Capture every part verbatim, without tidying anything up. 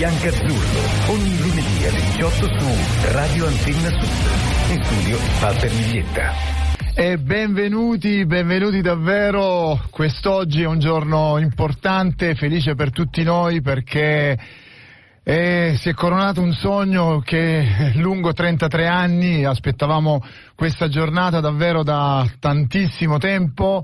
Biancazzurro, ogni lunedì alle diciotto su Radio Antenna Sud. In studio Walter Miglietta. E benvenuti, benvenuti davvero. Quest'oggi è un giorno importante, felice per tutti noi perché eh, si è coronato un sogno che lungo trentatré anni, aspettavamo questa giornata davvero da tantissimo tempo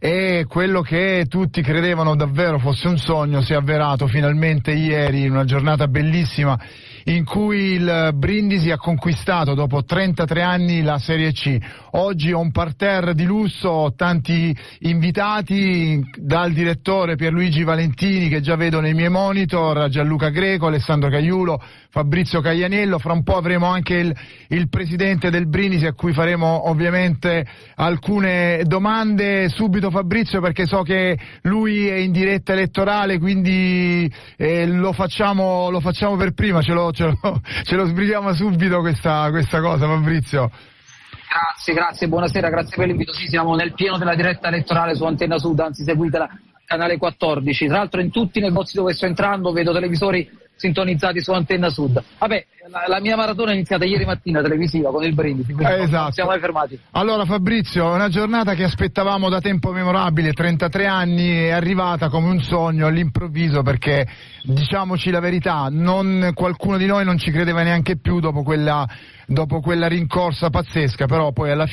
e quello che tutti credevano davvero fosse un sogno si è avverato finalmente ieri in una giornata bellissima in cui il Brindisi ha conquistato dopo trentatré anni la Serie C. Oggi ho un parterre di lusso, ho tanti invitati, dal direttore Pierluigi Valentini che già vedo nei miei monitor, a Gianluca Greco, Alessandro Caiulo, Fabrizio Caglianiello. Fra un po' avremo anche il, il presidente del Brindisi a cui faremo ovviamente alcune domande. Subito Fabrizio, perché so che lui è in diretta elettorale, quindi eh, lo facciamo lo facciamo per prima, ce lo Ce lo, ce lo sbrighiamo subito questa, questa cosa, Fabrizio. Grazie, grazie, buonasera, grazie per l'invito. Sì, siamo nel pieno della diretta elettorale su Antenna Sud, anzi seguitela, canale quattordici. Tra l'altro in tutti i negozi dove sto entrando vedo televisori sintonizzati su Antenna Sud. Vabbè, la, la mia maratona è iniziata ieri mattina televisiva con il Brindisi, quindi eh, esatto. Non siamo mai fermati. Allora Fabrizio, una giornata che aspettavamo da tempo memorabile, trentatré anni, è arrivata come un sogno all'improvviso perché, diciamoci la verità, non, qualcuno di noi non ci credeva neanche più dopo quella dopo quella rincorsa pazzesca, però poi alla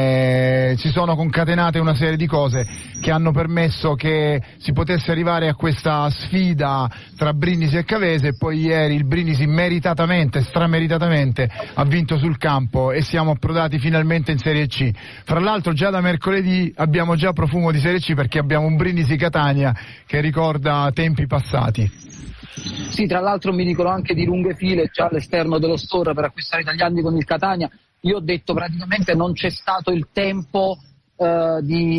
fine si sono concatenate una serie di cose che hanno permesso che si potesse arrivare a questa sfida tra Brindisi e Cavese, e poi ieri il Brindisi meritatamente, strameritatamente ha vinto sul campo e siamo approdati finalmente in Serie C. Fra l'altro già da mercoledì abbiamo già profumo di Serie C perché abbiamo un Brindisi Catania che ricorda tempi passati. Sì, tra l'altro mi dicono anche di lunghe file già all'esterno dello store per acquistare italiani con il Catania. Io ho detto praticamente non c'è stato il tempo eh,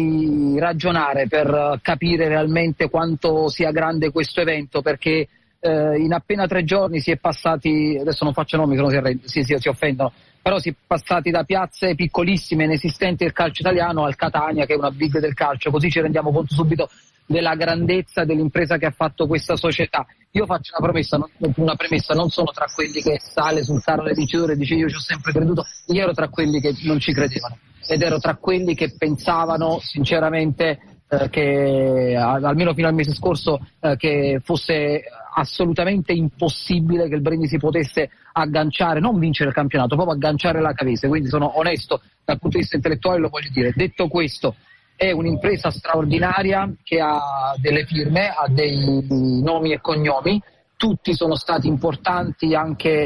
di ragionare per capire realmente quanto sia grande questo evento, perché eh, in appena tre giorni si è passati, adesso non faccio nomi se no si, arrend- si, si, si offendono, però si è passati da piazze piccolissime, inesistenti del calcio italiano al Catania che è una big del calcio, così ci rendiamo conto subito della grandezza dell'impresa che ha fatto questa società. Io faccio una promessa, non, una premessa, non sono tra quelli che sale sul carro del vincitore e dice io ci ho sempre creduto, io ero tra quelli che non ci credevano ed ero tra quelli che pensavano sinceramente eh, che almeno fino al mese scorso eh, che fosse assolutamente impossibile che il Brindisi potesse agganciare, non vincere il campionato, proprio agganciare la Cavese, quindi sono onesto dal punto di vista intellettuale, lo voglio dire. Detto questo, è un'impresa straordinaria che ha delle firme, ha dei nomi e cognomi, tutti sono stati importanti, anche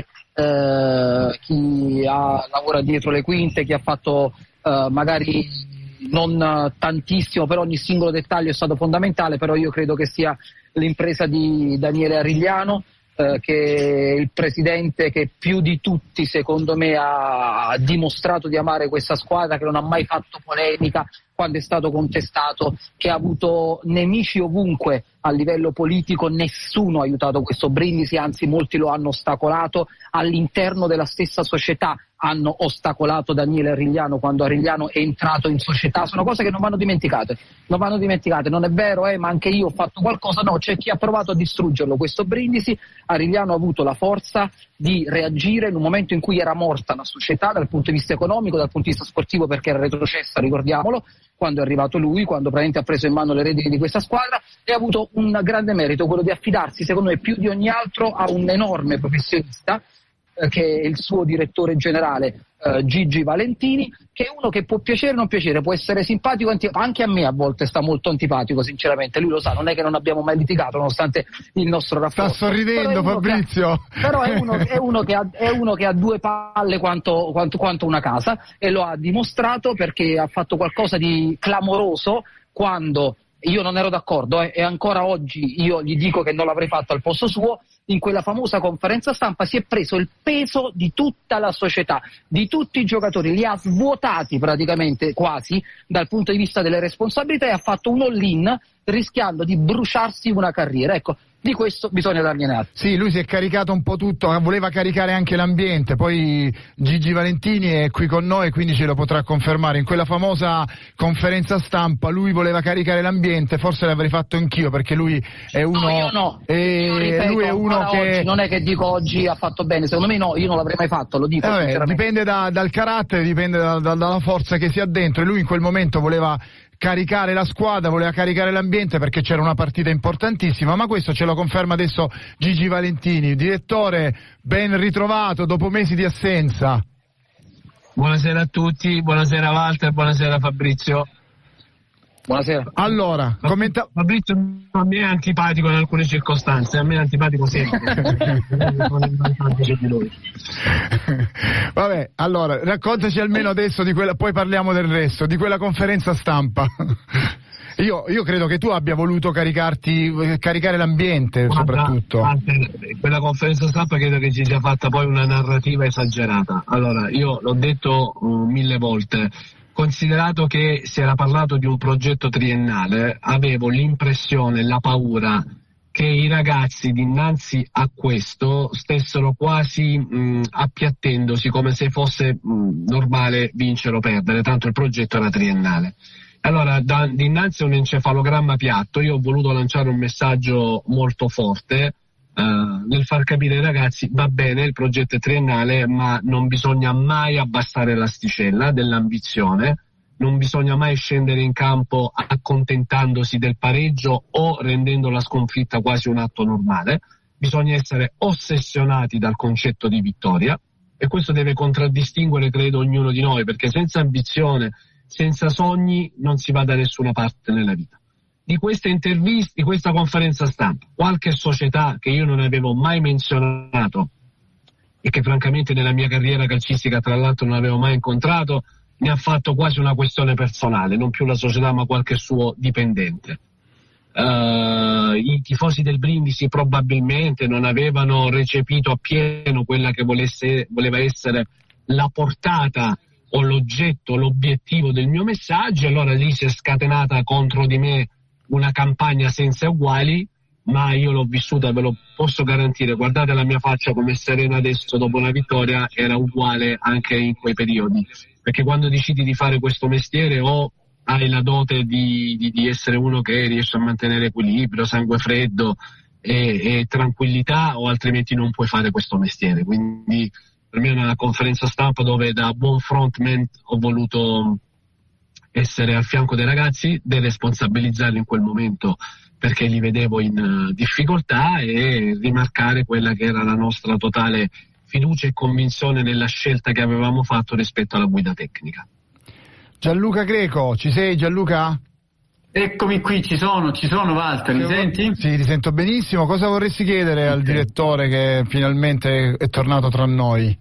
eh, chi ha, lavora dietro le quinte, chi ha fatto eh, magari non tantissimo, però ogni singolo dettaglio è stato fondamentale, però io credo che sia l'impresa di Daniele Arrigliano, eh, che è il presidente che più di tutti secondo me ha dimostrato di amare questa squadra, che non ha mai fatto polemica quando è stato contestato, che ha avuto nemici ovunque a livello politico, nessuno ha aiutato questo Brindisi, anzi molti lo hanno ostacolato, all'interno della stessa società hanno ostacolato Daniele Arrigliano quando Arrigliano è entrato in società. Sono cose che non vanno dimenticate, non vanno dimenticate, non è vero, eh, ma anche io ho fatto qualcosa, no, c'è chi ha provato a distruggerlo, questo Brindisi. Arrigliano ha avuto la forza di reagire in un momento in cui era morta la società dal punto di vista economico, dal punto di vista sportivo, perché era retrocessa, ricordiamolo, quando è arrivato lui, quando praticamente ha preso in mano le redini di questa squadra, e ha avuto un grande merito, quello di affidarsi secondo me più di ogni altro a un enorme professionista eh, che è il suo direttore generale eh, Gigi Valentini, che è uno che può piacere o non piacere, può essere simpatico, anche a me a volte sta molto antipatico sinceramente, lui lo sa, non è che non abbiamo mai litigato nonostante il nostro rapporto. Sta sorridendo però Fabrizio ha, però è uno, è, uno che ha, è uno che ha due palle quanto, quanto, quanto una casa, e lo ha dimostrato perché ha fatto qualcosa di clamoroso quando io non ero d'accordo eh, e ancora oggi io gli dico che non l'avrei fatto al posto suo. In quella famosa conferenza stampa si è preso il peso di tutta la società, di tutti i giocatori, li ha svuotati praticamente quasi dal punto di vista delle responsabilità e ha fatto un all-in rischiando di bruciarsi una carriera. Ecco, Di questo bisogna dargliene atto. Sì, lui si è caricato un po' tutto, voleva caricare anche l'ambiente, poi Gigi Valentini è qui con noi, quindi ce lo potrà confermare. In quella famosa conferenza stampa lui voleva caricare l'ambiente, forse l'avrei fatto anch'io, perché lui è uno... No, io no. E io ripeto, lui è uno che... Oggi, non è che dico oggi ha fatto bene, secondo me no, io non l'avrei mai fatto, lo dico eh vabbè, sinceramente. Dipende da, dal carattere, dipende da, da, dalla forza che si ha dentro, e lui in quel momento voleva caricare la squadra, voleva caricare l'ambiente perché c'era una partita importantissima, ma questo ce lo conferma adesso Gigi Valentini. Direttore, ben ritrovato dopo mesi di assenza. Buonasera a tutti, buonasera Walter, buonasera Fabrizio. Buonasera. Allora, commenta... Fabrizio a me è antipatico in alcune circostanze, a me è antipatico sempre. Vabbè, allora, raccontaci almeno adesso di quella, poi parliamo del resto, di quella conferenza stampa. Io, io credo che tu abbia voluto caricarti, caricare l'ambiente, Guarda, soprattutto. Walter, quella conferenza stampa credo che ci sia fatta poi una narrativa esagerata. Allora, io l'ho detto uh, mille volte. Considerato che si era parlato di un progetto triennale, avevo l'impressione, la paura che i ragazzi dinanzi a questo stessero quasi mh, appiattendosi come se fosse mh, normale vincere o perdere, tanto il progetto era triennale. Allora, da, dinanzi a un encefalogramma piatto, io ho voluto lanciare un messaggio molto forte, Uh, nel far capire ai ragazzi va bene il progetto è triennale, ma non bisogna mai abbassare l'asticella dell'ambizione, non bisogna mai scendere in campo accontentandosi del pareggio o rendendo la sconfitta quasi un atto normale, bisogna essere ossessionati dal concetto di vittoria, e questo deve contraddistinguere credo ognuno di noi, perché senza ambizione, senza sogni non si va da nessuna parte nella vita. Di queste interviste, di questa conferenza stampa, qualche società che io non avevo mai menzionato e che francamente nella mia carriera calcistica tra l'altro non avevo mai incontrato, ne ha fatto quasi una questione personale, non più la società ma qualche suo dipendente. Uh, I tifosi del Brindisi probabilmente non avevano recepito appieno quella che volesse, voleva essere la portata o l'oggetto, l'obiettivo del mio messaggio, allora lì si è scatenata contro di me una campagna senza uguali, ma io l'ho vissuta, ve lo posso garantire. Guardate la mia faccia come serena adesso dopo una vittoria, era uguale anche in quei periodi, perché quando decidi di fare questo mestiere o hai la dote di, di, di essere uno che riesce a mantenere equilibrio, sangue freddo e, e tranquillità, o altrimenti non puoi fare questo mestiere. Quindi per me è una conferenza stampa dove da buon frontman ho voluto essere al fianco dei ragazzi, deresponsabilizzarli in quel momento perché li vedevo in uh, difficoltà, e rimarcare quella che era la nostra totale fiducia e convinzione nella scelta che avevamo fatto rispetto alla guida tecnica. Gianluca Greco, ci sei Gianluca? Eccomi qui, ci sono, ci sono Walter, mi senti? Sì, ti sento benissimo. Cosa vorresti chiedere okay. al direttore che finalmente è tornato tra noi?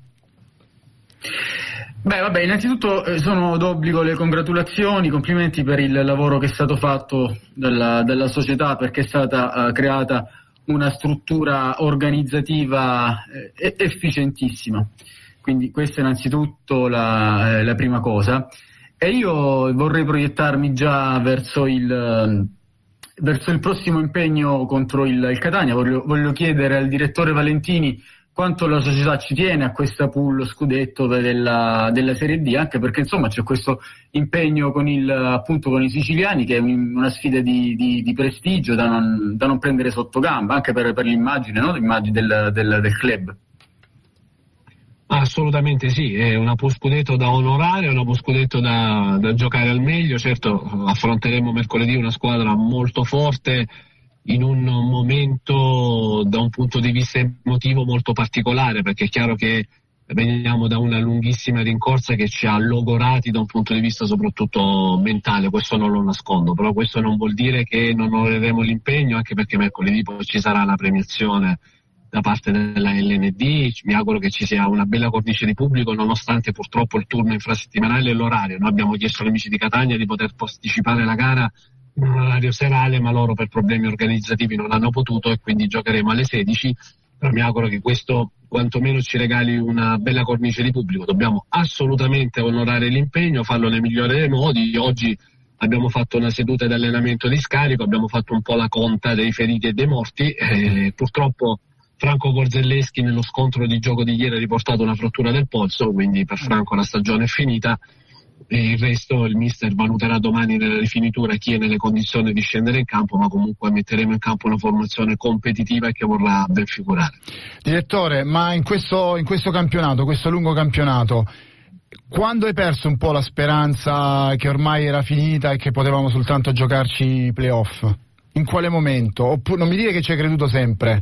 Beh, vabbè, innanzitutto eh, sono d'obbligo le congratulazioni, complimenti per il lavoro che è stato fatto dalla, dalla società, perché è stata eh, creata una struttura organizzativa eh, efficientissima. Quindi questa è innanzitutto la, eh, la prima cosa. E io vorrei proiettarmi già verso il, verso il prossimo impegno contro il, il Catania. Voglio, voglio chiedere al direttore Valentini quanto la società ci tiene a questa pool scudetto della, della Serie D, anche perché insomma c'è questo impegno con il, appunto con i siciliani, che è una sfida di, di, di prestigio da non, da non prendere sotto gamba, anche per, per l'immagine, no? L'immagine del, del, del club. Assolutamente sì, è una pool scudetto da onorare, è una pool scudetto da, da giocare al meglio. Certo, affronteremo mercoledì una squadra molto forte, in un momento da un punto di vista emotivo molto particolare, perché è chiaro che veniamo da una lunghissima rincorsa che ci ha logorati da un punto di vista soprattutto mentale, questo non lo nascondo, però questo non vuol dire che non onoreremo l'impegno, anche perché mercoledì poi ci sarà la premiazione da parte della L N D, mi auguro che ci sia una bella cornice di pubblico, nonostante purtroppo il turno infrasettimanale e l'orario. Noi abbiamo chiesto agli amici di Catania di poter posticipare la gara in un orario serale, ma loro per problemi organizzativi non hanno potuto, e quindi giocheremo alle sedici, però mi auguro che questo quantomeno ci regali una bella cornice di pubblico. Dobbiamo assolutamente onorare l'impegno, farlo nel migliore dei modi. Oggi abbiamo fatto una seduta di allenamento di scarico, abbiamo fatto un po' la conta dei feriti e dei morti, e purtroppo Franco Korzelleschi nello scontro di gioco di ieri ha riportato una frattura del polso, quindi per Franco la stagione è finita, e il resto il mister valuterà domani nella rifinitura chi è nelle condizioni di scendere in campo, ma comunque metteremo in campo una formazione competitiva e che vorrà ben figurare. Direttore, ma in questo, in questo campionato, questo lungo campionato, quando hai perso un po' la speranza che ormai era finita e che potevamo soltanto giocarci i playoff? In quale momento? Oppure non mi dire che ci hai creduto sempre?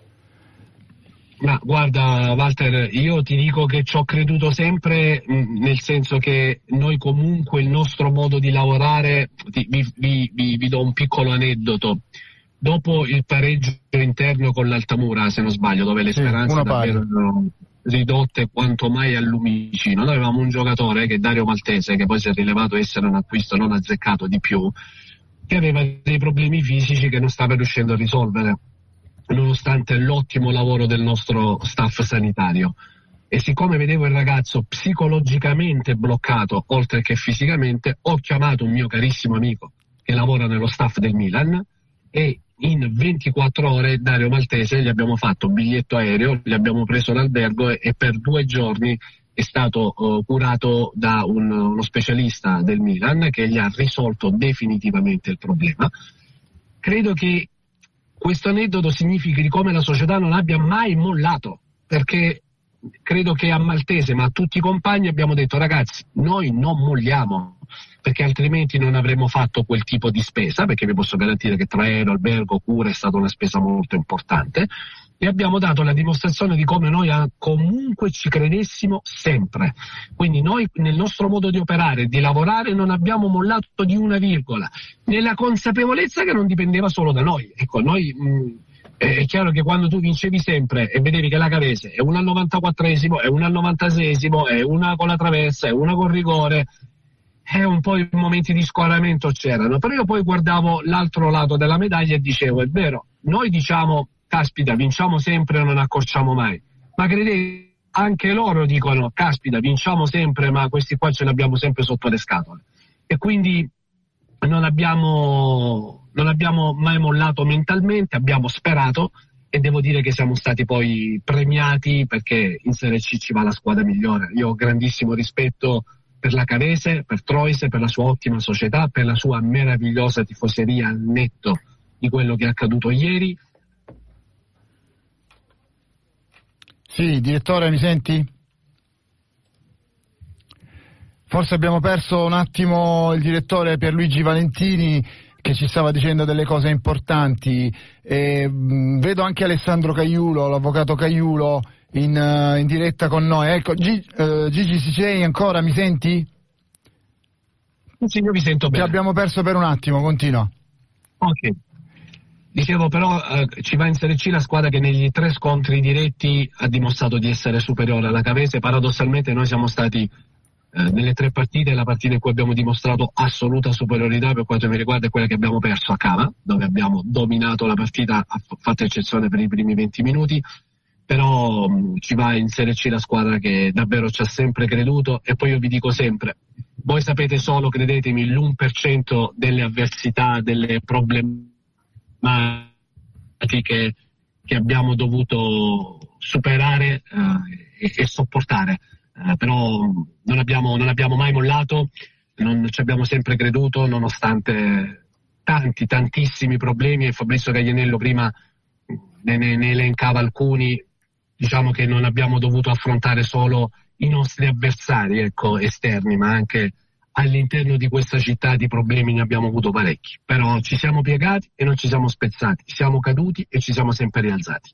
Ma guarda Walter, io ti dico che ci ho creduto sempre, mh, nel senso che noi comunque il nostro modo di lavorare, ti, vi, vi, vi, vi do un piccolo aneddoto. Dopo il pareggio interno con l'Altamura, se non sbaglio, dove le sì, speranze davvero erano ridotte quanto mai al lumicino, noi avevamo un giocatore che è Dario Maltese, che poi si è rilevato essere un acquisto non azzeccato di più, che aveva dei problemi fisici che non stava riuscendo a risolvere, nonostante l'ottimo lavoro del nostro staff sanitario. E siccome vedevo il ragazzo psicologicamente bloccato oltre che fisicamente, ho chiamato un mio carissimo amico che lavora nello staff del Milan e in ventiquattro ore Dario Maltese gli abbiamo fatto un biglietto aereo, gli abbiamo preso l'albergo e, e per due giorni è stato uh, curato da un, uno specialista del Milan che gli ha risolto definitivamente il problema. Credo che questo aneddoto significhi di come la società non abbia mai mollato, perché credo che a Maltese, ma a tutti i compagni abbiamo detto: ragazzi, noi non molliamo, perché altrimenti non avremmo fatto quel tipo di spesa, perché vi posso garantire che tra aereo, albergo, cura è stata una spesa molto importante, e abbiamo dato la dimostrazione di come noi comunque ci credessimo sempre. Quindi noi nel nostro modo di operare, di lavorare, non abbiamo mollato di una virgola, nella consapevolezza che non dipendeva solo da noi. Ecco, noi mh, è chiaro che quando tu vincevi sempre e vedevi che la Cavese è una al novantaquattresimo, è una al novantaseiesimo, è una con la traversa, è una con rigore, è un po' i momenti di squadramento c'erano, però io poi guardavo l'altro lato della medaglia e dicevo: è vero, noi diciamo caspita, vinciamo sempre e non accorciamo mai, ma credete, anche loro dicono: caspita, vinciamo sempre ma questi qua ce li abbiamo sempre sotto le scatole. E quindi non abbiamo, non abbiamo mai mollato mentalmente, abbiamo sperato, e devo dire che siamo stati poi premiati, perché in Serie C ci va la squadra migliore. Io ho grandissimo rispetto per la Cavese, per Troise, per la sua ottima società, per la sua meravigliosa tifoseria al netto di quello che è accaduto ieri. Sì, direttore, mi senti? Forse abbiamo perso un attimo il direttore Pierluigi Valentini, che ci stava dicendo delle cose importanti. E, mh, vedo anche Alessandro Caiulo, l'avvocato Caiulo, in, uh, in diretta con noi. Ecco, G- uh, Gigi, ci sei ancora? Mi senti? Sì, io vi sento bene. Ti abbiamo perso per un attimo, continua. Ok. Dicevo però, eh, ci va in Serie C la squadra che negli tre scontri diretti ha dimostrato di essere superiore alla Cavese. Paradossalmente noi siamo stati eh, nelle tre partite, la partita in cui abbiamo dimostrato assoluta superiorità per quanto mi riguarda è quella che abbiamo perso a Cava, dove abbiamo dominato la partita, fatta eccezione per i primi venti minuti, però mh, ci va in Serie C la squadra che davvero ci ha sempre creduto. E poi io vi dico sempre, voi sapete solo, credetemi, l'uno per cento delle avversità, delle problematiche Che, che abbiamo dovuto superare eh, e, e sopportare, eh, però non abbiamo, non abbiamo mai mollato, non ci abbiamo sempre creduto nonostante tanti, tantissimi problemi, e Fabrizio Caglianello prima ne, ne, ne elencava alcuni. Diciamo che non abbiamo dovuto affrontare solo i nostri avversari, ecco, esterni, ma anche all'interno di questa città di problemi ne abbiamo avuto parecchi, però ci siamo piegati e non ci siamo spezzati, siamo caduti e ci siamo sempre rialzati.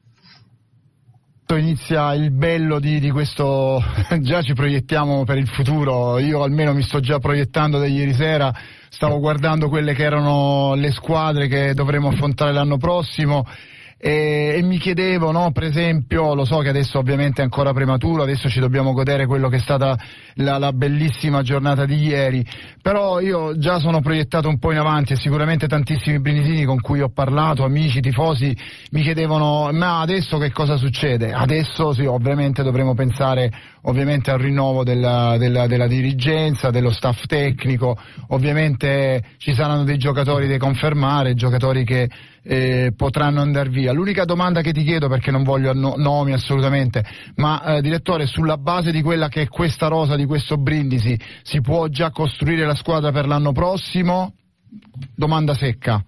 Inizia il bello di, di questo, già ci proiettiamo per il futuro, io almeno mi sto già proiettando da ieri sera, stavo guardando quelle che erano le squadre che dovremo affrontare l'anno prossimo. E, e mi chiedevo, no, per esempio, lo so che adesso ovviamente è ancora prematuro, adesso ci dobbiamo godere quello che è stata la, la bellissima giornata di ieri, però io già sono proiettato un po' in avanti e sicuramente tantissimi brinisini con cui ho parlato, amici, tifosi, mi chiedevano: ma adesso che cosa succede? Adesso sì, ovviamente dovremo pensare ovviamente al rinnovo della, della, della dirigenza, dello staff tecnico. Ovviamente ci saranno dei giocatori da confermare, giocatori che eh, potranno andare via. L'unica domanda che ti chiedo, perché non voglio no, nomi assolutamente, ma eh, direttore, sulla base di quella che è questa rosa, di questo Brindisi, si può già costruire la squadra per l'anno prossimo? Domanda secca.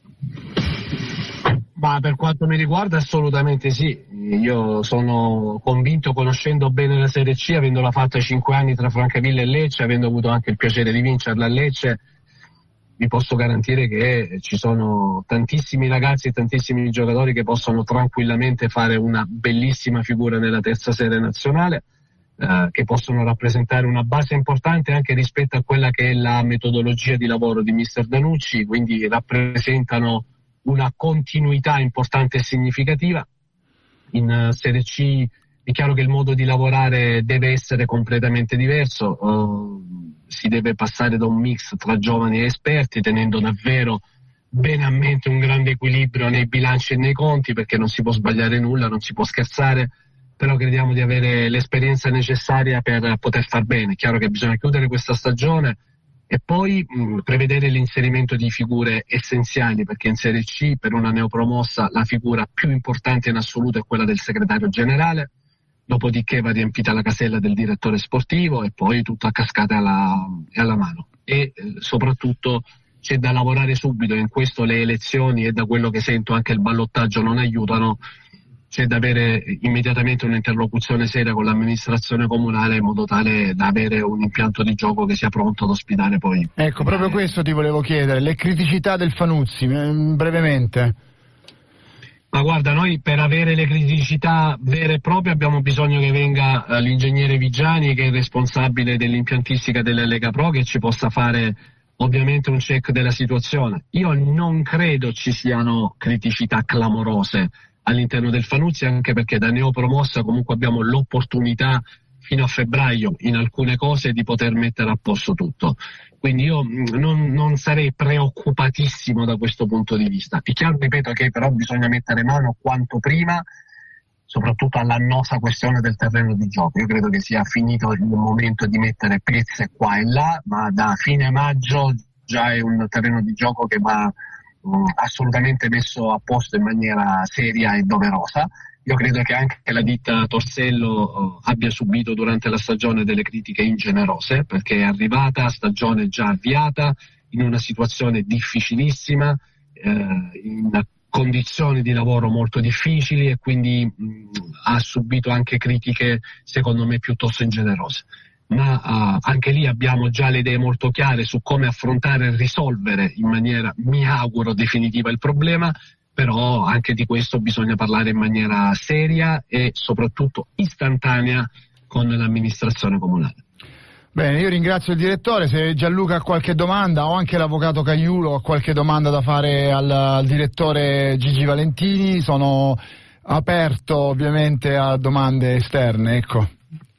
Ma per quanto mi riguarda assolutamente sì, io sono convinto, conoscendo bene la Serie C, avendola fatta cinque anni tra Francavilla e Lecce, avendo avuto anche il piacere di vincerla a Lecce, vi posso garantire che ci sono tantissimi ragazzi e tantissimi giocatori che possono tranquillamente fare una bellissima figura nella terza serie nazionale, eh, che possono rappresentare una base importante anche rispetto a quella che è la metodologia di lavoro di mister Danucci, quindi rappresentano una continuità importante e significativa. In Serie C è chiaro che il modo di lavorare deve essere completamente diverso, uh, si deve passare da un mix tra giovani e esperti, tenendo davvero bene a mente un grande equilibrio nei bilanci e nei conti, perché non si può sbagliare nulla, non si può scherzare, però crediamo di avere l'esperienza necessaria per poter far bene. È chiaro che bisogna chiudere questa stagione e poi mh, prevedere l'inserimento di figure essenziali, perché in Serie C per una neopromossa la figura più importante in assoluto è quella del segretario generale, dopodiché va riempita la casella del direttore sportivo e poi tutto a cascata alla, alla mano. E eh, soprattutto c'è da lavorare subito, in questo le elezioni e da quello che sento anche il ballottaggio non aiutano. C'è da avere immediatamente un'interlocuzione seria con l'amministrazione comunale in modo tale da avere un impianto di gioco che sia pronto ad ospitare poi. Ecco, proprio questo ti volevo chiedere, le criticità del Fanuzzi, brevemente. Ma guarda, noi per avere le criticità vere e proprie abbiamo bisogno che venga uh, l'ingegnere Vigiani, che è il responsabile dell'impiantistica della Lega Pro, che ci possa fare ovviamente un check della situazione. Io non credo ci siano criticità clamorose all'interno del Fanuzzi, anche perché da neopromossa comunque abbiamo l'opportunità fino a febbraio in alcune cose di poter mettere a posto tutto. Quindi io non, non sarei preoccupatissimo da questo punto di vista. È chiaro, ripeto, che però bisogna mettere mano quanto prima, soprattutto all'annosa questione del terreno di gioco. Io credo che sia finito il momento di mettere pezze qua e là, ma da fine maggio già è un terreno di gioco che va assolutamente messo a posto in maniera seria e doverosa. Io credo che anche la ditta Torsello abbia subito durante la stagione delle critiche ingenerose, perché è arrivata a stagione già avviata in una situazione difficilissima, eh, in condizioni di lavoro molto difficili, e quindi mh, ha subito anche critiche secondo me piuttosto ingenerose. Ma uh, anche lì abbiamo già le idee molto chiare su come affrontare e risolvere in maniera, mi auguro, definitiva il problema, però anche di questo bisogna parlare in maniera seria e soprattutto istantanea con l'amministrazione comunale. Bene, io ringrazio il direttore. Se Gianluca ha qualche domanda, o anche l'avvocato Caiulo ha qualche domanda da fare al, al direttore Gigi Valentini, sono aperto ovviamente a domande esterne, ecco.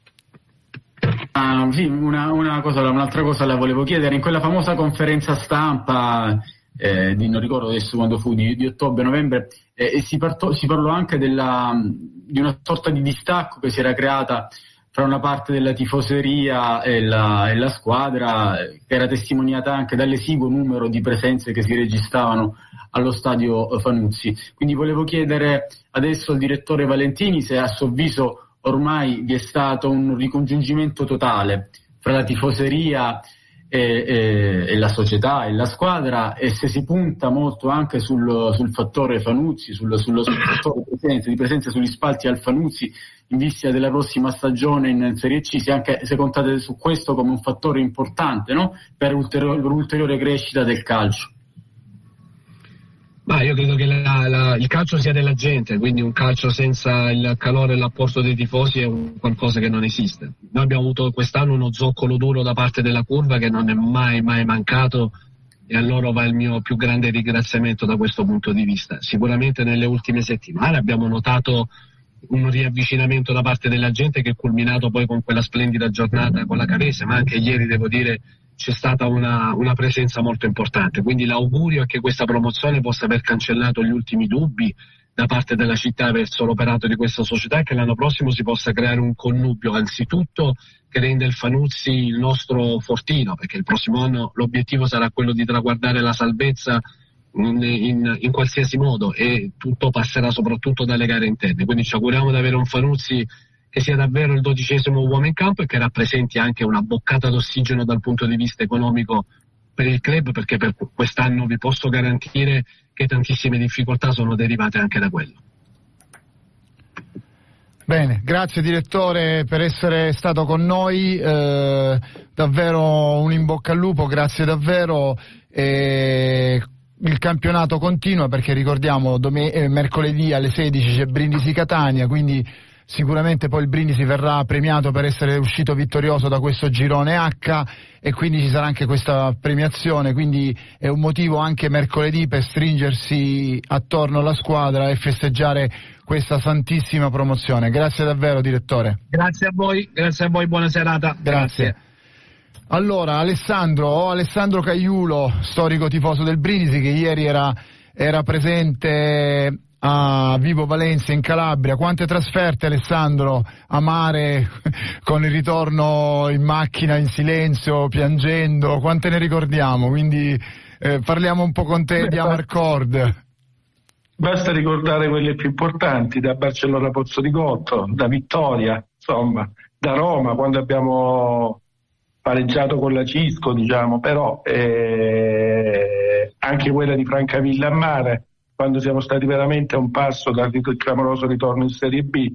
Ah, sì, una, una cosa, un'altra cosa la volevo chiedere. In quella famosa conferenza stampa, eh, di, non ricordo adesso quando fu, di, di ottobre-novembre, eh, si, parto, si parlò anche della, di una sorta di distacco che si era creata fra una parte della tifoseria e la, e la squadra, che era testimoniata anche dall'esiguo numero di presenze che si registravano allo stadio Fanuzzi. Quindi volevo chiedere adesso al direttore Valentini se a suo avviso ormai vi è stato un ricongiungimento totale fra la tifoseria e, e, e la società e la squadra, e se si punta molto anche sul, sul fattore Fanuzzi, sul, sullo sul fattore presenza, di presenza sugli spalti al Fanuzzi in vista della prossima stagione in Serie C, se, anche, se contate su questo come un fattore importante, no? per, ulteriore, per un'ulteriore crescita del calcio. Ma io credo che la, la, il calcio sia della gente, quindi un calcio senza il calore e l'apporto dei tifosi è un, qualcosa che non esiste. Noi abbiamo avuto quest'anno uno zoccolo duro da parte della curva che non è mai mai mancato, e a loro va il mio più grande ringraziamento da questo punto di vista. Sicuramente nelle ultime settimane abbiamo notato un riavvicinamento da parte della gente che è culminato poi con quella splendida giornata con la Cavese, ma anche ieri devo dire c'è stata una, una presenza molto importante, quindi l'augurio è che questa promozione possa aver cancellato gli ultimi dubbi da parte della città verso l'operato di questa società, e che l'anno prossimo si possa creare un connubio anzitutto che rende il Fanuzzi il nostro fortino, perché il prossimo anno l'obiettivo sarà quello di traguardare la salvezza in, in, in qualsiasi modo, e tutto passerà soprattutto dalle gare interne. Quindi ci auguriamo di avere un Fanuzzi che sia davvero il dodicesimo uomo in campo e che rappresenti anche una boccata d'ossigeno dal punto di vista economico per il club, perché per quest'anno vi posso garantire che tantissime difficoltà sono derivate anche da quello. Bene, grazie direttore per essere stato con noi, eh, davvero un in bocca al lupo, grazie davvero. Eh, il campionato continua, perché ricordiamo dome- eh, mercoledì alle sedici c'è Brindisi Catania, quindi sicuramente poi il Brindisi verrà premiato per essere uscito vittorioso da questo girone H, e quindi ci sarà anche questa premiazione, quindi è un motivo anche mercoledì per stringersi attorno alla squadra e festeggiare questa santissima promozione. Grazie davvero direttore. Grazie a voi, grazie a voi, buona serata. Grazie. Grazie. Allora Alessandro, oh, Alessandro Caiulo, storico tifoso del Brindisi, che ieri era, era presente a Vibo Valentia in Calabria. Quante trasferte, Alessandro, a mare, con il ritorno in macchina in silenzio, piangendo, quante ne ricordiamo? Quindi eh, parliamo un po' con te. Beh, di Amarcord. Basta ricordare quelle più importanti, da Barcellona Pozzo di Gotto, da Vittoria, insomma, da Roma, quando abbiamo pareggiato con la Cisco, diciamo, però eh, anche quella di Francavilla a mare, quando siamo stati veramente a un passo dal clamoroso ritorno in Serie B.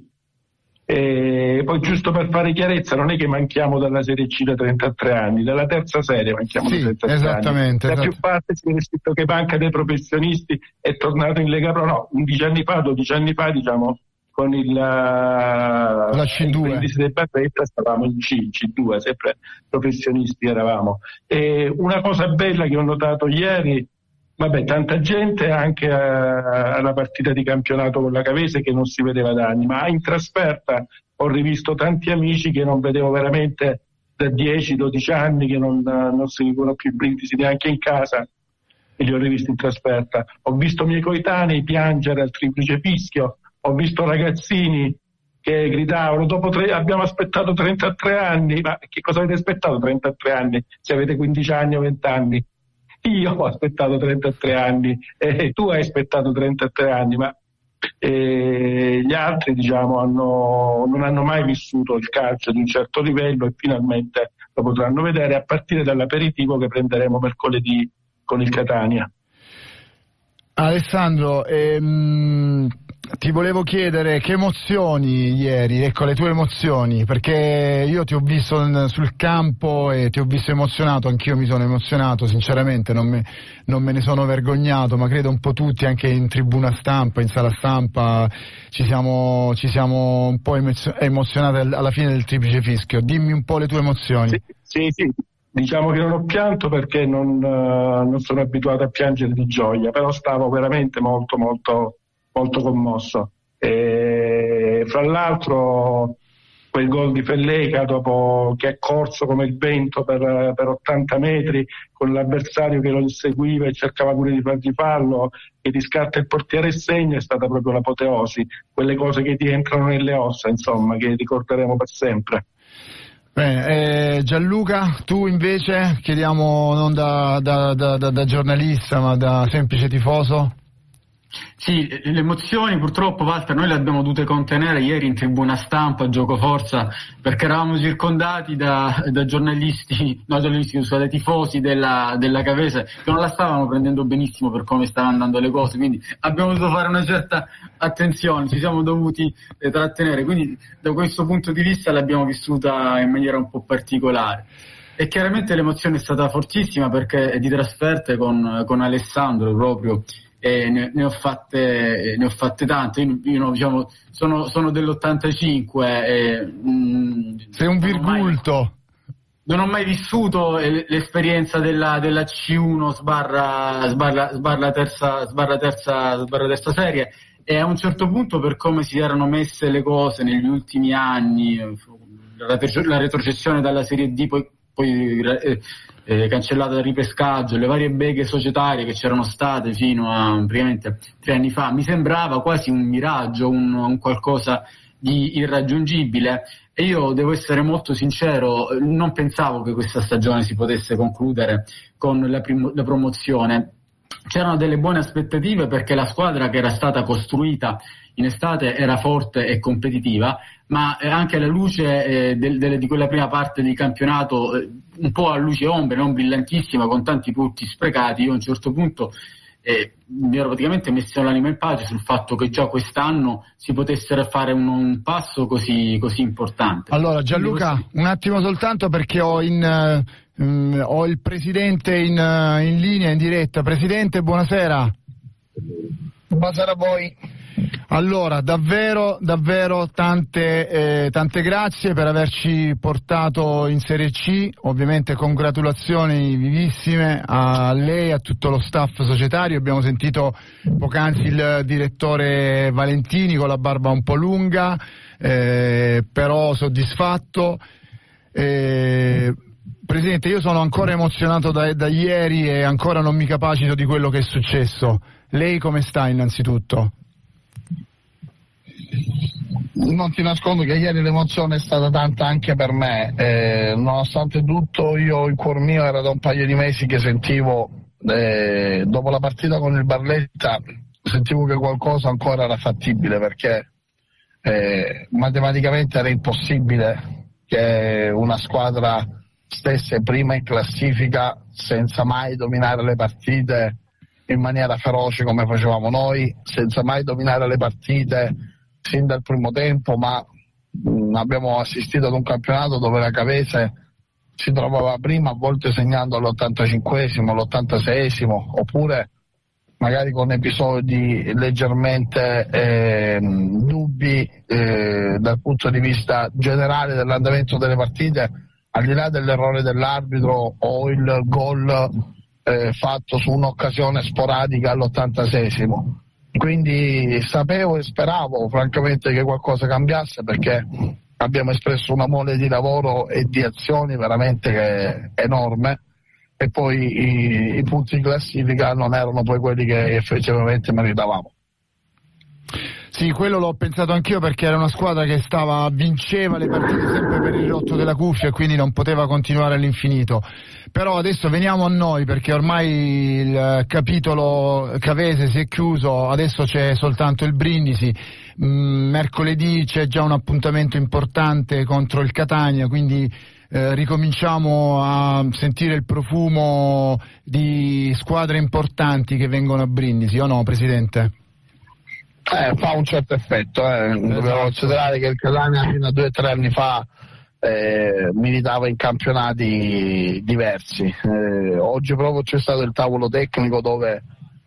E poi, giusto per fare chiarezza, non è che manchiamo dalla Serie C da trentatré anni, dalla terza serie manchiamo sì, da trentatré esattamente, anni. Da esatto. più parte si viene scritto che manca dei professionisti, è tornato in Lega Pro, no, undici anni fa, dodici anni fa, diciamo, con il, la C due. Il Brindisi del Barletta stavamo in C, C due, sempre professionisti eravamo. E una cosa bella che ho notato ieri, vabbè, tanta gente anche alla partita di campionato con la Cavese che non si vedeva da anni, ma in trasferta ho rivisto tanti amici che non vedevo veramente da dieci dodici anni, che non, non seguivano più il Brindisi neanche in casa, e li ho rivisti in trasferta. Ho visto i miei coetanei piangere al triplice fischio, ho visto ragazzini che gridavano: dopo tre, abbiamo aspettato trentatré anni. Ma che cosa avete aspettato trentatré anni se avete quindici anni o venti anni? Io ho aspettato trentatré anni e tu hai aspettato trentatré anni, ma eh, gli altri, diciamo, hanno, non hanno mai vissuto il calcio di un certo livello, e finalmente lo potranno vedere a partire dall'aperitivo che prenderemo mercoledì con il Catania. Alessandro, ehm, ti volevo chiedere che emozioni ieri, ecco le tue emozioni, perché io ti ho visto sul campo e ti ho visto emozionato, anch'io mi sono emozionato, sinceramente non me, non me ne sono vergognato, ma credo un po' tutti, anche in tribuna stampa, in sala stampa, ci siamo, ci siamo un po' emozionati alla fine del triplice fischio. Dimmi un po' le tue emozioni. Sì, sì, sì. Diciamo che non ho pianto perché non, uh, non sono abituato a piangere di gioia, però stavo veramente molto molto molto commosso. E, fra l'altro, quel gol di Felleca, dopo che è corso come il vento per, per ottanta metri, con l'avversario che lo inseguiva e cercava pure di fargli fallo, e ti scatta il portiere e segna, è stata proprio l'apoteosi, quelle cose che ti entrano nelle ossa, insomma, che ricorderemo per sempre. Bene, eh, Gianluca, tu invece, chiediamo non da, da, da, da, da giornalista ma da semplice tifoso. Sì, le emozioni purtroppo, Walter, noi le abbiamo dovute contenere ieri in tribuna stampa, gioco forza, perché eravamo circondati da, da giornalisti, no giornalisti, scusate, tifosi della, della Cavese, che non la stavano prendendo benissimo per come stavano andando le cose, quindi abbiamo dovuto fare una certa attenzione, ci siamo dovuti eh, trattenere, quindi da questo punto di vista l'abbiamo vissuta in maniera un po' particolare. E chiaramente l'emozione è stata fortissima, perché di trasferte con, con Alessandro proprio, e ne, ne ho fatte ne ho fatte tante. Io, io diciamo sono, sono dell'ottantacinque e, mh, sei un virgulto. Non ho mai, non ho mai vissuto l'esperienza della, della C uno sbarra, sbarra, sbarra terza sbarra terza sbarra terza serie, e a un certo punto, per come si erano messe le cose negli ultimi anni, la, la retrocessione dalla Serie D poi poi eh, eh, cancellata dal ripescaggio, le varie beghe societarie che c'erano state fino a praticamente tre anni fa, mi sembrava quasi un miraggio, un, un qualcosa di irraggiungibile, e io devo essere molto sincero, non pensavo che questa stagione si potesse concludere con la, prim- la promozione. C'erano delle buone aspettative perché la squadra che era stata costruita in estate era forte e competitiva, ma anche alla luce eh, del, del, di quella prima parte di campionato eh, un po' a luce ombre, non brillantissima, con tanti punti sprecati, io a un certo punto eh, mi ero praticamente messo l'anima in pace sul fatto che già quest'anno si potesse fare un, un passo così, così importante. Allora Gianluca, così... un attimo soltanto, perché ho in... Mm, ho il presidente in, uh, in linea, in diretta. Presidente, buonasera. Buonasera a voi. Allora, davvero, davvero tante, eh, tante grazie per averci portato in Serie C. Ovviamente congratulazioni vivissime a lei e a tutto lo staff societario. Abbiamo sentito poc'anzi il direttore Valentini con la barba un po' lunga, eh, però soddisfatto. Eh, Presidente, io sono ancora emozionato da, da ieri e ancora non mi capacito di quello che è successo. Lei come sta innanzitutto? Non ti nascondo che ieri l'emozione è stata tanta anche per me, eh, nonostante tutto io il cuor mio era da un paio di mesi che sentivo, eh, dopo la partita con il Barletta, sentivo che qualcosa ancora era fattibile, perché eh, matematicamente era impossibile che una squadra stesse prima in classifica senza mai dominare le partite in maniera feroce come facevamo noi, senza mai dominare le partite sin dal primo tempo, ma mh, abbiamo assistito ad un campionato dove la Cavese si trovava prima, a volte segnando all'ottantacinquesimo, all'ottantaseiesimo, oppure magari con episodi leggermente eh, dubbi eh, dal punto di vista generale dell'andamento delle partite, al di là dell'errore dell'arbitro o il gol eh, fatto su un'occasione sporadica all'ottantaseiesimo. Quindi sapevo e speravo francamente che qualcosa cambiasse, perché abbiamo espresso una mole di lavoro e di azioni veramente enorme, e poi i, i punti in classifica non erano poi quelli che effettivamente meritavamo. Sì, quello l'ho pensato anch'io, perché era una squadra che stava vinceva le partite sempre per il rotto della cuffia e quindi non poteva continuare all'infinito. Però adesso veniamo a noi, perché ormai il capitolo Cavese si è chiuso, adesso c'è soltanto il Brindisi. Mm, mercoledì c'è già un appuntamento importante contro il Catania, quindi eh, ricominciamo a sentire il profumo di squadre importanti che vengono a Brindisi, o no, Presidente? Eh, fa un certo effetto, eh. Dobbiamo considerare che il Catania fino a due o tre anni fa eh, militava in campionati diversi. Eh, oggi proprio c'è stato il tavolo tecnico dove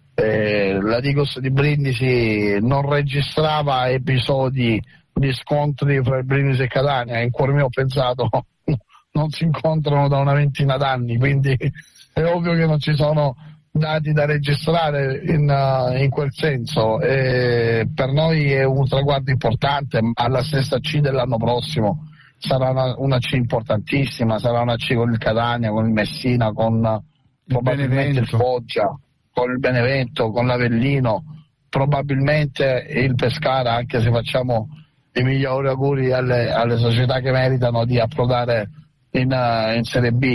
eh, la Digos di Brindisi non registrava episodi di scontri fra il Brindisi e Catania. In cuore mio ho pensato non si incontrano da una ventina d'anni, quindi è ovvio che non ci sono dati da registrare in, uh, in quel senso. E per noi è un traguardo importante. Alla stessa C dell'anno prossimo sarà una, una C importantissima, sarà una C con il Catania, con il Messina, con uh, probabilmente il Foggia, con il Benevento, con l'Avellino, probabilmente il Pescara, anche se facciamo i migliori auguri alle, alle società che meritano di approdare In, uh, in Serie B.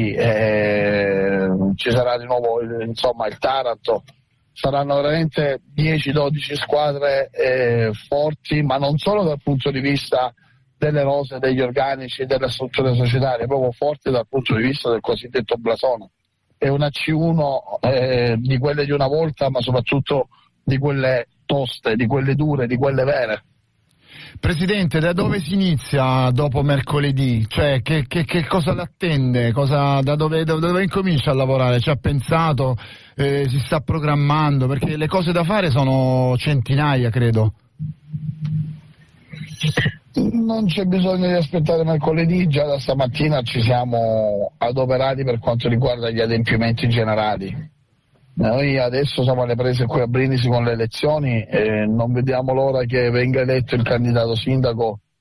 Eh, ci sarà di nuovo il, insomma il Taranto. Saranno veramente dieci dodici squadre eh, forti, ma non solo dal punto di vista delle rose, degli organici, delle strutture societarie, proprio forti dal punto di vista del cosiddetto blasone. È una C uno eh, di quelle di una volta, ma soprattutto di quelle toste, di quelle dure, di quelle vere. Presidente, da dove si inizia dopo mercoledì? Cioè, che, che, che cosa l'attende? Cosa, da, dove, da dove incomincia a lavorare? Ci ha pensato? Eh, si sta programmando? Perché le cose da fare sono centinaia, credo. Non c'è bisogno di aspettare mercoledì, già da stamattina ci siamo adoperati per quanto riguarda gli adempimenti generali. Noi adesso siamo alle prese qui a Brindisi con le elezioni e non vediamo l'ora che venga eletto il candidato sindaco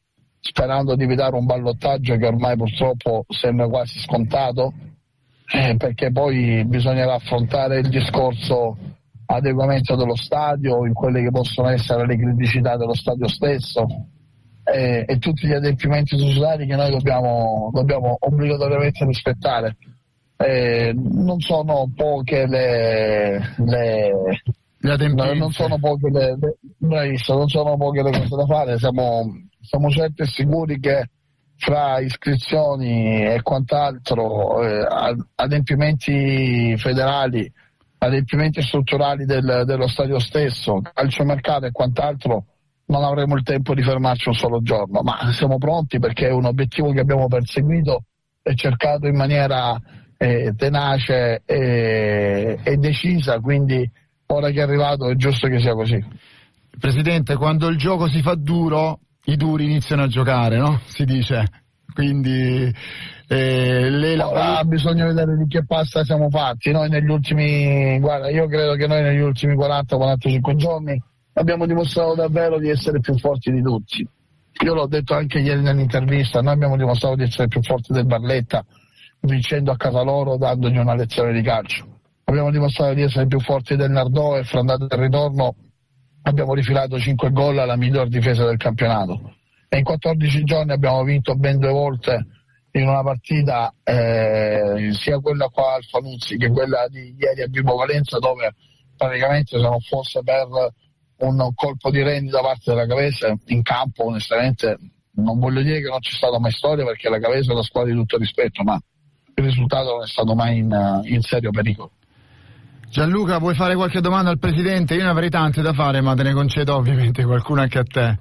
sperando di evitare un ballottaggio che ormai purtroppo sembra quasi scontato, eh, perché poi bisognerà affrontare il discorso adeguamento dello stadio, in quelle che possono essere le criticità dello stadio stesso, eh, e tutti gli adempimenti societari che noi dobbiamo, dobbiamo obbligatoriamente rispettare. Eh, non sono poche le, le, le non sono poche le, le, bravissimo, non sono poche le cose da fare. Siamo, siamo certi e sicuri che fra iscrizioni e quant'altro, eh, adempimenti federali, adempimenti strutturali del, dello stadio stesso, calciomercato e quant'altro, non avremo il tempo di fermarci un solo giorno, ma siamo pronti perché è un obiettivo che abbiamo perseguito e cercato in maniera eh, tenace e, e decisa, quindi ora che è arrivato è giusto che sia così. Presidente, quando il gioco si fa duro, i duri iniziano a giocare, no? Si dice. Quindi eh, lei la... ora bisogna vedere di che pasta siamo fatti. Noi negli ultimi, guarda, io credo che noi negli ultimi quaranta quarantacinque giorni abbiamo dimostrato davvero di essere più forti di tutti. Io l'ho detto anche ieri nell'intervista, noi abbiamo dimostrato di essere più forti del Barletta, vincendo a casa loro, dandogli una lezione di calcio. Abbiamo dimostrato di essere più forti del Nardò e fra andata e ritorno abbiamo rifilato cinque gol alla miglior difesa del campionato. E in quattordici giorni abbiamo vinto ben due volte in una partita, eh, sia quella qua al Fanuzzi che quella di ieri a Vibo Valenza, dove praticamente se non fosse per un colpo di rendi da parte della Cavese in campo, onestamente non voglio dire che non c'è stata mai storia, perché la Cavese è una squadra di tutto rispetto, ma il risultato non è stato mai in, in serio pericolo. Gianluca, vuoi fare qualche domanda al Presidente? Io ne avrei tante da fare, ma te ne concedo ovviamente qualcuna anche a te.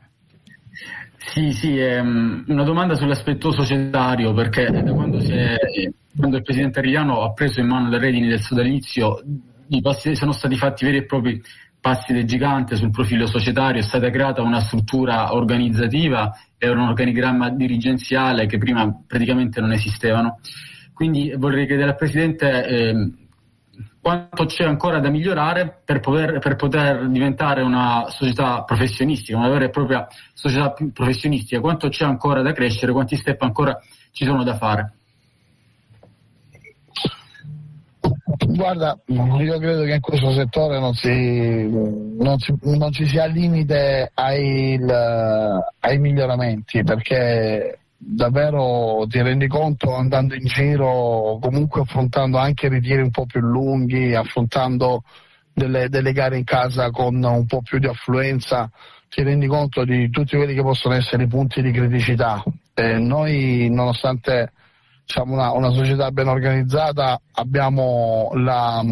Sì, sì, ehm, una domanda sull'aspetto societario, perché da quando, si è, quando il Presidente Arigliano ha preso in mano le redini del sodalizio, i passi, sono stati fatti veri e propri passi da gigante sul profilo societario, è stata creata una struttura organizzativa e un organigramma dirigenziale che prima praticamente non esistevano. Quindi vorrei chiedere al Presidente eh, quanto c'è ancora da migliorare per poter, per poter diventare una società professionistica, una vera e propria società professionistica, quanto c'è ancora da crescere, quanti step ancora ci sono da fare. Guarda, io credo che in questo settore non, si, non, si, non ci sia limite ai, ai miglioramenti, perché davvero ti rendi conto andando in giro, comunque affrontando anche ritiri un po' più lunghi, affrontando delle, delle gare in casa con un po' più di affluenza, ti rendi conto di tutti quelli che possono essere i punti di criticità. Eh, noi, nonostante siamo una, una società ben organizzata, abbiamo la,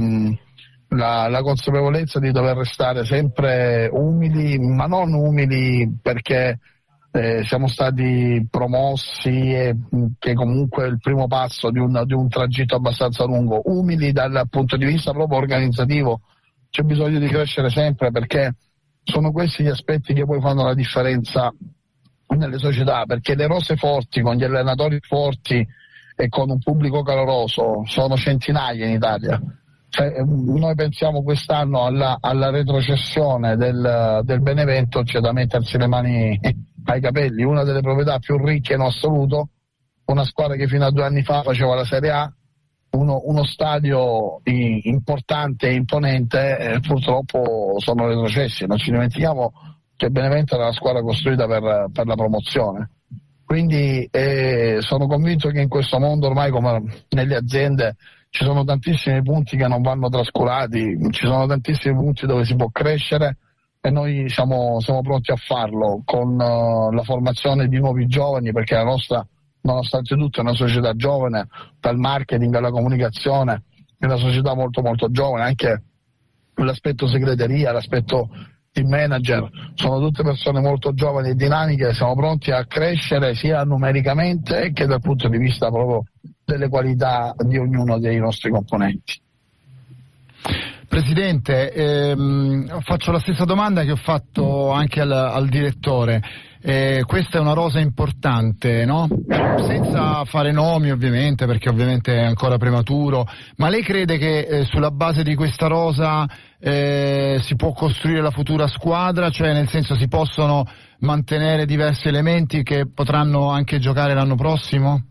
la, la consapevolezza di dover restare sempre umili, ma non umili perché Eh, siamo stati promossi e che comunque è il primo passo di un, di un tragitto abbastanza lungo, umili dal punto di vista proprio organizzativo. C'è bisogno di crescere sempre, perché sono questi gli aspetti che poi fanno la differenza nelle società, perché le rose forti con gli allenatori forti e con un pubblico caloroso sono centinaia in Italia. Cioè, noi pensiamo quest'anno alla, alla retrocessione del, del Benevento, c'è da mettersi le mani ai capelli, una delle proprietà più ricche in assoluto, una squadra che fino a due anni fa faceva la Serie A, uno, uno stadio importante e imponente, e purtroppo sono retrocessi. Non ci dimentichiamo che Benevento era la squadra costruita per, per la promozione. Quindi eh, sono convinto che in questo mondo ormai, come nelle aziende, ci sono tantissimi punti che non vanno trascurati, ci sono tantissimi punti dove si può crescere, e noi siamo, siamo pronti a farlo con uh, la formazione di nuovi giovani, perché la nostra, nonostante tutto, è una società giovane, dal marketing alla comunicazione, è una società molto molto giovane, anche l'aspetto segreteria, l'aspetto di manager, sono tutte persone molto giovani e dinamiche. Siamo pronti a crescere sia numericamente che dal punto di vista proprio delle qualità di ognuno dei nostri componenti. Presidente, ehm, faccio la stessa domanda che ho fatto anche al, al direttore. Eh, questa è una rosa importante, no? Senza fare nomi ovviamente, perché ovviamente è ancora prematuro, ma lei crede che eh, sulla base di questa rosa eh, si può costruire la futura squadra, cioè nel senso si possono mantenere diversi elementi che potranno anche giocare l'anno prossimo?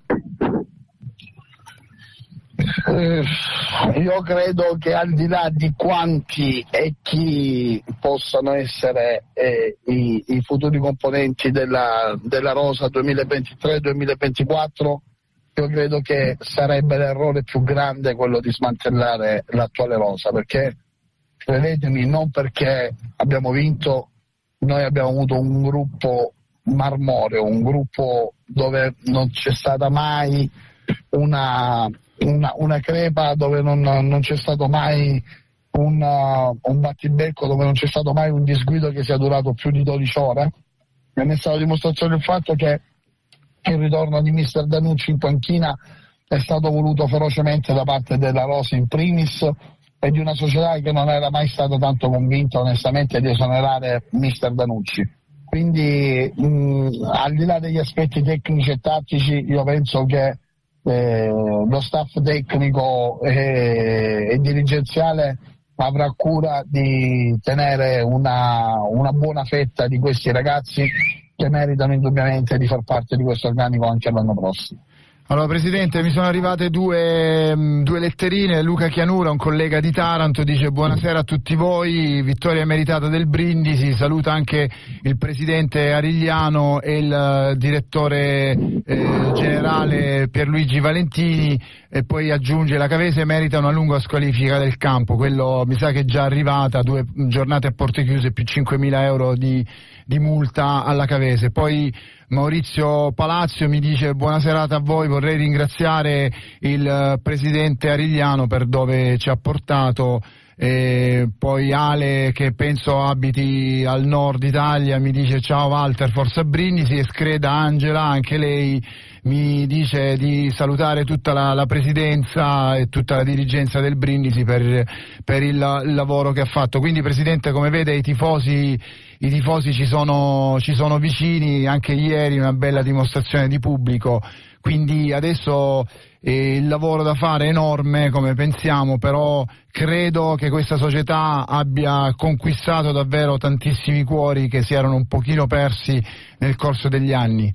Eh, io credo che al di là di quanti e chi possano essere eh, i, i futuri componenti della, della rosa duemilaventitré duemilaventiquattro, io credo che sarebbe l'errore più grande quello di smantellare l'attuale rosa, perché credetemi, non perché abbiamo vinto, noi abbiamo avuto un gruppo marmoreo, un gruppo dove non c'è stata mai una Una, una crepa, dove non, non c'è stato mai un, uh, un battibecco, dove non c'è stato mai un disguido che sia durato più di dodici ore. E ne è stata dimostrazione il fatto che il ritorno di mister Danucci in panchina è stato voluto ferocemente da parte della Rosa in primis e di una società che non era mai stata tanto convinta onestamente di esonerare mister Danucci. Quindi mh, al di là degli aspetti tecnici e tattici, io penso che Eh, lo staff tecnico e, e dirigenziale avrà cura di tenere una, una buona fetta di questi ragazzi che meritano indubbiamente di far parte di questo organico anche l'anno prossimo. Allora Presidente, mi sono arrivate due, due letterine. Luca Chianura, un collega di Taranto, dice: buonasera a tutti voi, vittoria meritata del Brindisi, saluta anche il Presidente Arigliano e il direttore eh, generale Pierluigi Valentini, e poi aggiunge: la Cavese merita una lunga squalifica del campo. Quello mi sa che è già arrivata, due giornate a porte chiuse più cinquemila euro di, di multa alla Cavese. Poi Maurizio Palazzo mi dice: buona serata a voi, vorrei ringraziare il Presidente Arigliano per dove ci ha portato. E poi Ale, che penso abiti al nord Italia, mi dice: ciao Walter, forza Brindisi. E Screda Angela, anche lei, mi dice di salutare tutta la, la presidenza e tutta la dirigenza del Brindisi per, per il, il lavoro che ha fatto. Quindi Presidente, come vede, i tifosi i tifosi ci sono, ci sono vicini, anche ieri una bella dimostrazione di pubblico, quindi adesso eh, il lavoro da fare è enorme, come pensiamo, però credo che questa società abbia conquistato davvero tantissimi cuori che si erano un pochino persi nel corso degli anni.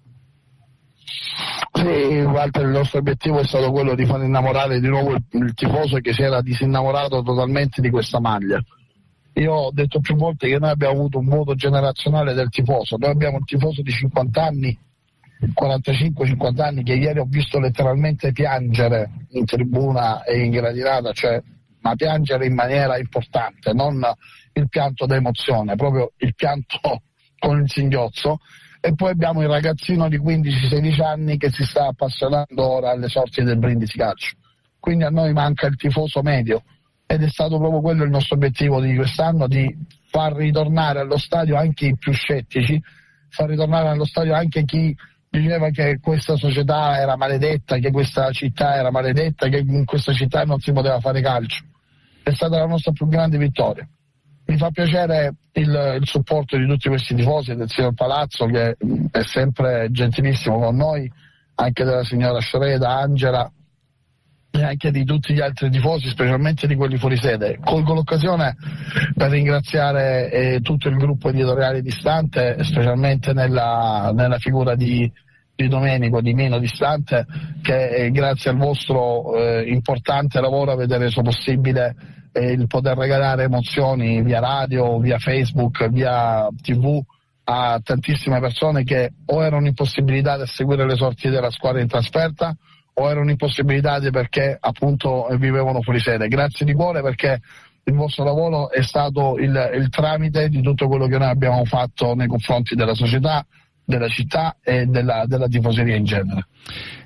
Sì, Walter, il nostro obiettivo è stato quello di far innamorare di nuovo il, il tifoso che si era disinnamorato totalmente di questa maglia. Io ho detto più volte che noi abbiamo avuto un voto generazionale del tifoso, noi abbiamo un tifoso di cinquanta anni, quarantacinque cinquanta anni, che ieri ho visto letteralmente piangere in tribuna e in gradinata, cioè ma piangere in maniera importante, non il pianto d'emozione, proprio il pianto con il singhiozzo. E poi abbiamo il ragazzino di quindici sedici anni che si sta appassionando ora alle sorti del Brindisi Calcio. Quindi a noi manca il tifoso medio, ed è stato proprio quello il nostro obiettivo di quest'anno, di far ritornare allo stadio anche i più scettici, far ritornare allo stadio anche chi diceva che questa società era maledetta, che questa città era maledetta, che in questa città non si poteva fare calcio. È stata la nostra più grande vittoria. Mi fa piacere il, il supporto di tutti questi tifosi, del signor Palazzo, che è sempre gentilissimo con noi, anche della signora Screda, Angela, e anche di tutti gli altri tifosi, specialmente di quelli fuori sede. Colgo l'occasione per ringraziare eh, tutto il gruppo editoriale Distante, specialmente nella, nella figura di, di Domenico, di Mino Distante, che eh, grazie al vostro eh, importante lavoro avete reso possibile eh, il poter regalare emozioni via radio, via Facebook, via tivù a tantissime persone che o erano impossibilitate a seguire le sorti della squadra in trasferta o erano impossibilitati perché appunto vivevano fuori sede. Grazie di cuore, perché il vostro lavoro è stato il, il tramite di tutto quello che noi abbiamo fatto nei confronti della società, della città e della, della tifoseria in genere.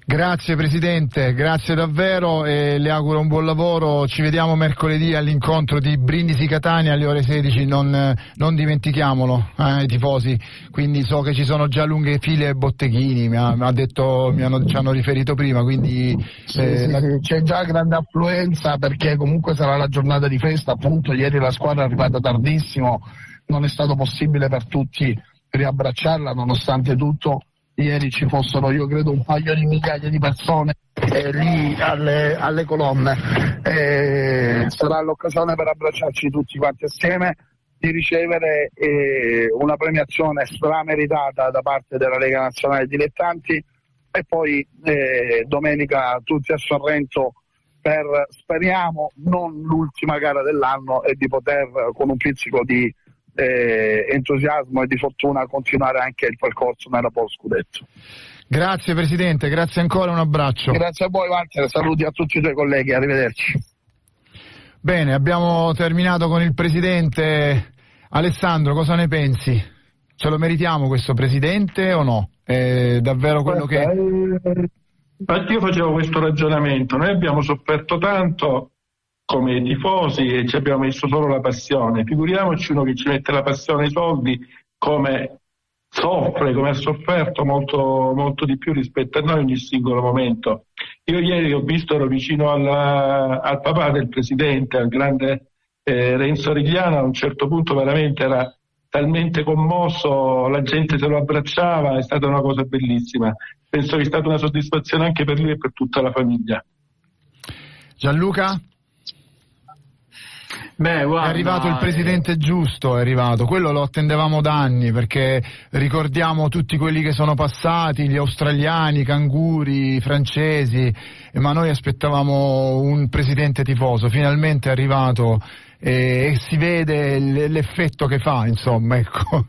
Grazie Presidente, grazie davvero e le auguro un buon lavoro. Ci vediamo mercoledì all'incontro di Brindisi Catania alle ore sedici, non, non dimentichiamolo, eh, i tifosi. Quindi so che ci sono già lunghe file e botteghini, mi ha, mi ha detto, mi hanno, ci hanno riferito prima, quindi sì, eh, sì, la... sì, c'è già grande affluenza perché comunque sarà la giornata di festa, appunto ieri la squadra è arrivata tardissimo, non è stato possibile per tutti riabbracciarla, nonostante tutto. Ieri ci fossero, io credo, un paio di migliaia di persone eh, lì alle, alle colonne. Eh, sarà l'occasione per abbracciarci tutti quanti assieme, di ricevere eh, una premiazione strameritata da parte della Lega Nazionale Dilettanti e poi eh, domenica tutti a Sorrento per, speriamo, non l'ultima gara dell'anno e di poter con un pizzico di Eh, entusiasmo e di fortuna continuare anche il percorso nella Polo Scudetto. Grazie Presidente, grazie ancora, un abbraccio. Grazie a voi Walter, saluti a tutti i tuoi colleghi, arrivederci. Bene, abbiamo terminato con il Presidente. Alessandro, cosa ne pensi? Ce lo meritiamo questo Presidente o no? È davvero quello che... Infatti io facevo questo ragionamento, noi abbiamo sofferto tanto come tifosi e ci abbiamo messo solo la passione, figuriamoci uno che ci mette la passione ai soldi, come soffre, come ha sofferto molto, molto di più rispetto a noi ogni singolo momento. Io ieri ho visto, ero vicino alla, al papà del Presidente, al grande eh, Renzo Rigliano, a un certo punto veramente era talmente commosso, la gente se lo abbracciava, è stata una cosa bellissima. Penso che è stata una soddisfazione anche per lui e per tutta la famiglia. Gianluca? Beh, guarda, è arrivato il Presidente giusto, è arrivato, quello lo attendevamo da anni perché ricordiamo tutti quelli che sono passati, gli australiani, i canguri, i francesi, ma noi aspettavamo un Presidente tifoso, finalmente è arrivato e, e si vede l'effetto che fa, insomma, ecco.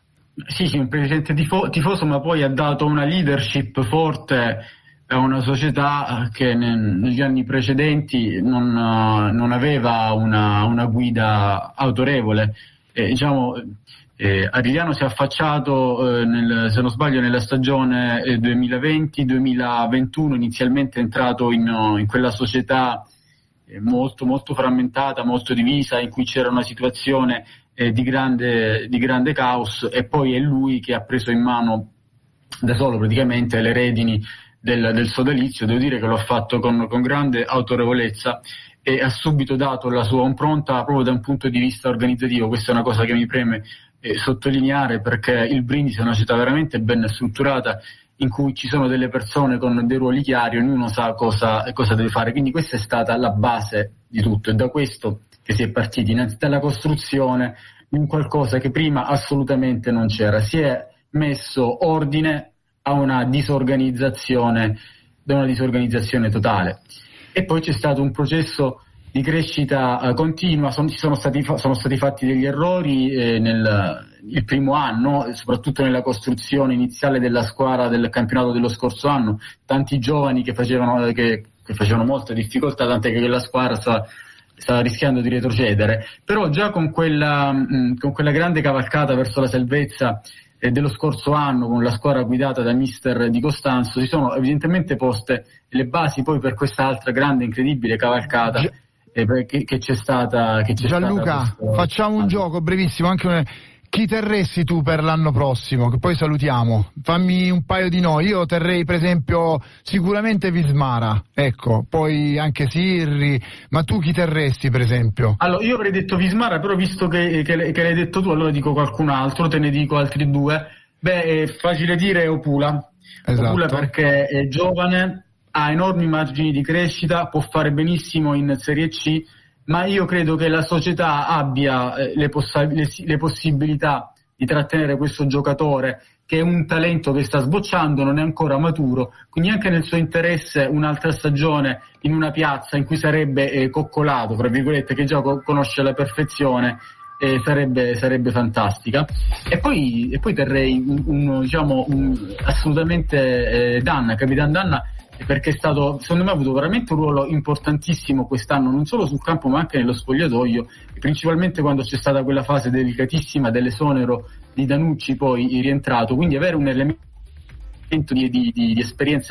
Sì, sì, un Presidente tifo- tifoso, ma poi ha dato una leadership forte a una società che negli anni precedenti non, non aveva una, una guida autorevole. Eh, diciamo, eh, Arigliano si è affacciato, eh, nel, se non sbaglio, nella stagione eh, duemilaventi duemilaventuno, inizialmente è entrato in, in quella società eh, molto, molto frammentata, molto divisa, in cui c'era una situazione eh, di, grande, di grande caos, e poi è lui che ha preso in mano da solo praticamente le redini Del, del sodalizio. Devo dire che lo ha fatto con, con grande autorevolezza e ha subito dato la sua impronta proprio da un punto di vista organizzativo. Questa è una cosa che mi preme eh, sottolineare, perché il Brindisi è una città veramente ben strutturata, in cui ci sono delle persone con dei ruoli chiari, ognuno sa cosa, cosa deve fare, quindi questa è stata la base di tutto, e da questo che si è partiti, dalla costruzione di un qualcosa che prima assolutamente non c'era. Si è messo ordine a una disorganizzazione, da una disorganizzazione totale, e poi c'è stato un processo di crescita uh, continua. Son, ci sono stati, sono stati fatti degli errori eh, nel il primo anno, soprattutto nella costruzione iniziale della squadra del campionato dello scorso anno, tanti giovani che facevano, che, che facevano molta difficoltà, tant'è che la squadra stava, stava rischiando di retrocedere, però già con quella, mh, con quella grande cavalcata verso la salvezza dello scorso anno, con la squadra guidata da mister Di Costanzo, si sono evidentemente poste le basi poi per questa altra grande, incredibile cavalcata eh, che, che c'è stata. Che c'è Gianluca, stata questo... facciamo un gioco brevissimo, anche un... chi terresti tu per l'anno prossimo, che poi salutiamo? Fammi un paio di nomi. Io terrei per esempio sicuramente Vismara, ecco, poi anche Sirri, ma tu chi terresti per esempio? Allora, io avrei detto Vismara, però visto che, che, che l'hai detto tu, allora dico qualcun altro, te ne dico altri due. Beh, è facile dire Opula. Esatto. Opula perché è giovane, ha enormi margini di crescita, può fare benissimo in Serie C, ma io credo che la società abbia eh, le, poss- le, le possibilità di trattenere questo giocatore, che è un talento che sta sbocciando, non è ancora maturo, quindi anche nel suo interesse un'altra stagione in una piazza in cui sarebbe eh, coccolato, tra virgolette, che già co- conosce alla perfezione, eh, sarebbe, sarebbe fantastica. E poi, e poi terrei un, un, diciamo, un, assolutamente eh, Danna, Capitan Danna, perché è stato, secondo me ha avuto veramente un ruolo importantissimo quest'anno, non solo sul campo ma anche nello spogliatoio, principalmente quando c'è stata quella fase delicatissima dell'esonero di Danucci, poi rientrato, quindi avere un elemento di, di, di, di esperienza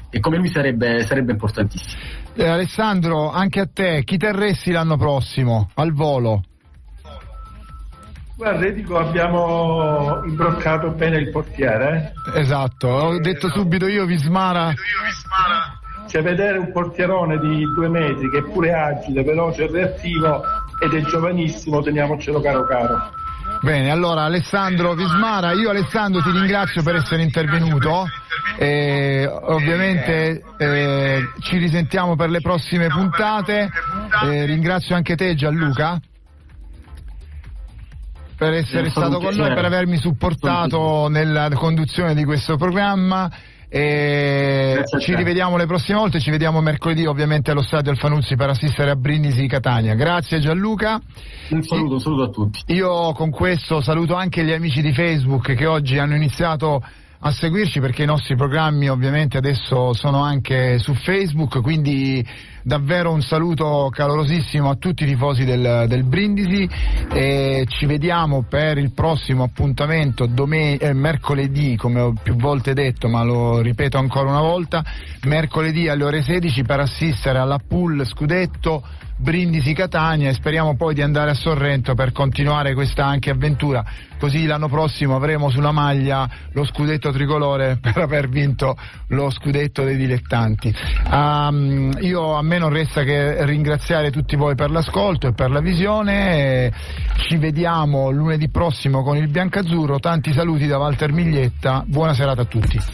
e come lui sarebbe, sarebbe importantissimo. Eh, Alessandro, anche a te, chi terresti l'anno prossimo al volo? Guarda, dico, abbiamo imbroccato bene il portiere. Eh? Esatto, ho detto subito io Vismara. Cioè, vedere un portierone di due metri che è pure agile, veloce e reattivo ed è giovanissimo, teniamocelo caro caro. Bene, allora Alessandro Vismara, io Alessandro ti ringrazio per essere intervenuto, e ovviamente eh, ci risentiamo per le prossime puntate, eh, ringrazio anche te Gianluca per essere stato con noi, per avermi supportato nella conduzione di questo programma. E ci rivediamo le prossime volte, ci vediamo mercoledì ovviamente allo stadio Alfanuzzi per assistere a Brindisi Catania. Grazie Gianluca. Un saluto, un saluto a tutti. Io con questo saluto anche gli amici di Facebook che oggi hanno iniziato a seguirci, perché i nostri programmi ovviamente adesso sono anche su Facebook, quindi davvero un saluto calorosissimo a tutti i tifosi del, del Brindisi, e ci vediamo per il prossimo appuntamento domen- eh, mercoledì, come ho più volte detto, ma lo ripeto ancora una volta, mercoledì alle ore sedici per assistere alla pool scudetto Brindisi Catania, e speriamo poi di andare a Sorrento per continuare questa anche avventura, così l'anno prossimo avremo sulla maglia lo scudetto tricolore per aver vinto lo scudetto dei dilettanti. Um, io a me non resta che ringraziare tutti voi per l'ascolto e per la visione, e ci vediamo lunedì prossimo con il Biancazzurro. Tanti saluti da Walter Miglietta, buona serata a tutti.